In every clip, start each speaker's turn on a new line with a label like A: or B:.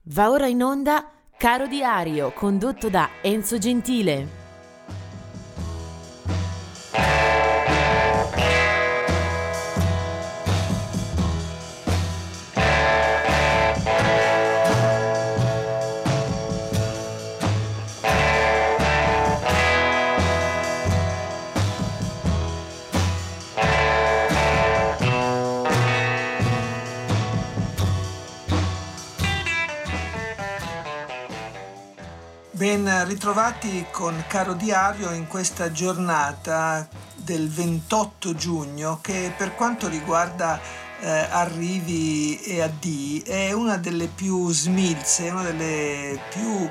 A: Va ora in onda Caro Diario, condotto da Enzo Gentile.
B: Ben ritrovati con Caro Diario in questa giornata del 28 giugno che per quanto riguarda arrivi e addii è una delle più smilze, una delle più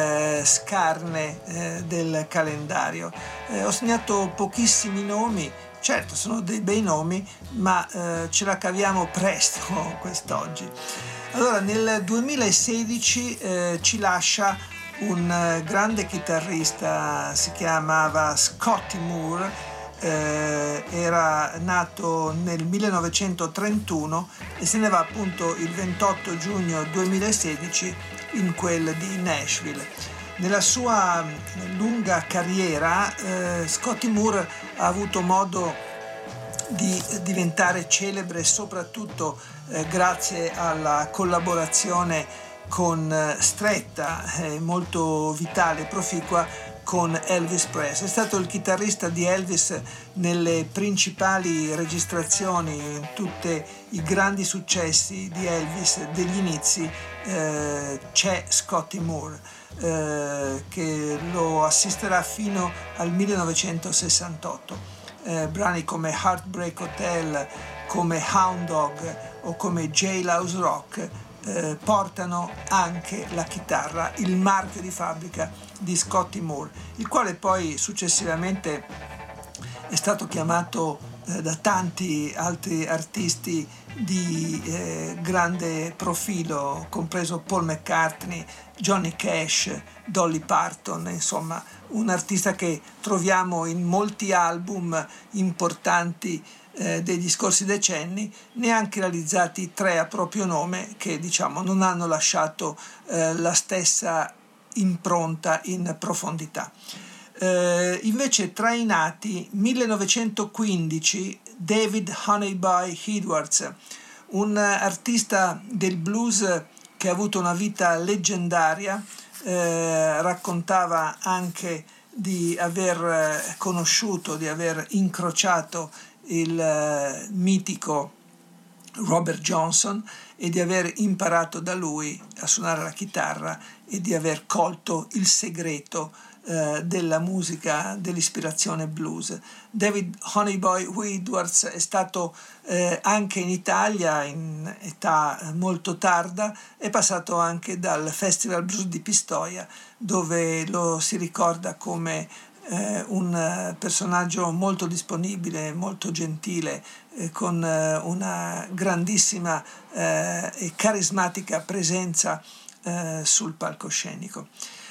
B: scarne del calendario. Ho segnato pochissimi nomi, certo sono dei bei nomi, ma ce la caviamo presto quest'oggi. Allora, nel 2016 ci lascia un grande chitarrista, si chiamava Scotty Moore, era nato nel 1931 e se ne va appunto il 28 giugno 2016 in quel di Nashville. Nella sua lunga carriera Scotty Moore ha avuto modo di diventare celebre soprattutto grazie alla collaborazione stretta, molto vitale e proficua con Elvis Presley. È stato il chitarrista di Elvis nelle principali registrazioni, in tutti i grandi successi di Elvis degli inizi. C'è Scotty Moore che lo assisterà fino al 1968. Brani come Heartbreak Hotel, come Hound Dog o come Jailhouse Rock portano anche la chitarra, il marchio di fabbrica di Scotty Moore, il quale poi successivamente è stato chiamato da tanti altri artisti di grande profilo, compreso Paul McCartney, Johnny Cash, Dolly Parton, insomma un artista che troviamo in molti album importanti degli scorsi decenni, neanche realizzati tre a proprio nome, che diciamo non hanno lasciato la stessa impronta in profondità. Invece tra i nati 1915 David Honeyboy Edwards, un artista del blues che ha avuto una vita leggendaria, raccontava anche di aver conosciuto, di aver incrociato il mitico Robert Johnson e di aver imparato da lui a suonare la chitarra e di aver colto il segreto della musica, dell'ispirazione blues. David Honeyboy Edwards è stato anche in Italia in età molto tarda, è passato anche dal Festival Blues di Pistoia, dove lo si ricorda come un personaggio molto disponibile, molto gentile, con una grandissima e carismatica presenza sul palcoscenico.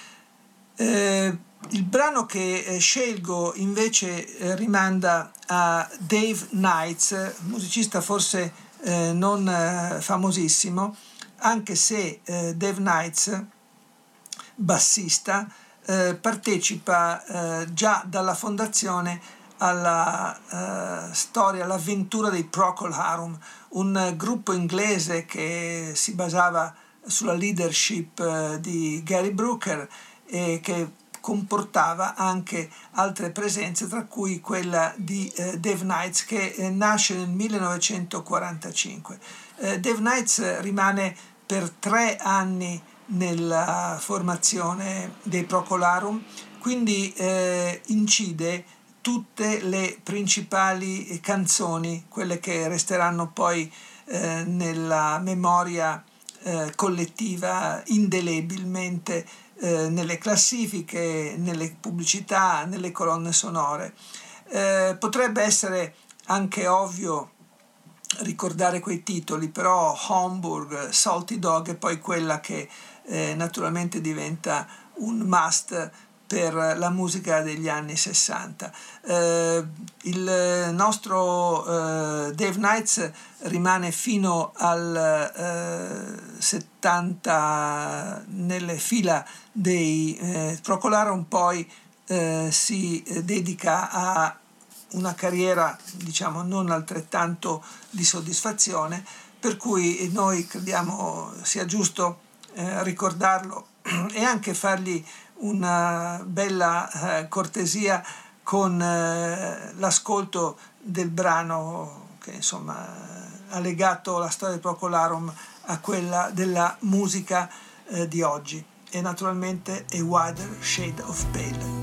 B: Il brano che scelgo invece rimanda a Dave Knights, musicista forse non famosissimo, anche se Dave Knights, bassista, partecipa già dalla fondazione alla storia, all'avventura dei Procol Harum, un gruppo inglese che si basava sulla leadership di Gary Brooker e che comportava anche altre presenze, tra cui quella di Dave Knights, che nasce nel 1945. Dave Knights rimane per 3 anni nella formazione dei Procol Harum, quindi incide tutte le principali canzoni, quelle che resteranno poi nella memoria collettiva indelebilmente, nelle classifiche, nelle pubblicità, nelle colonne sonore. Potrebbe essere anche ovvio ricordare quei titoli, però Homburg, Salty Dog è poi quella che naturalmente diventa un must per la musica degli anni 60. Il nostro Dave Nights rimane fino al 70 nelle fila dei Procolarum, poi si dedica a una carriera, diciamo, non altrettanto di soddisfazione, per cui noi crediamo sia giusto ricordarlo e anche fargli una bella cortesia con l'ascolto del brano che insomma ha legato la storia del Procolarum a quella della musica di oggi, e naturalmente A Wider Shade of Pale.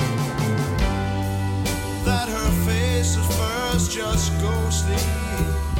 C: Just go sleep.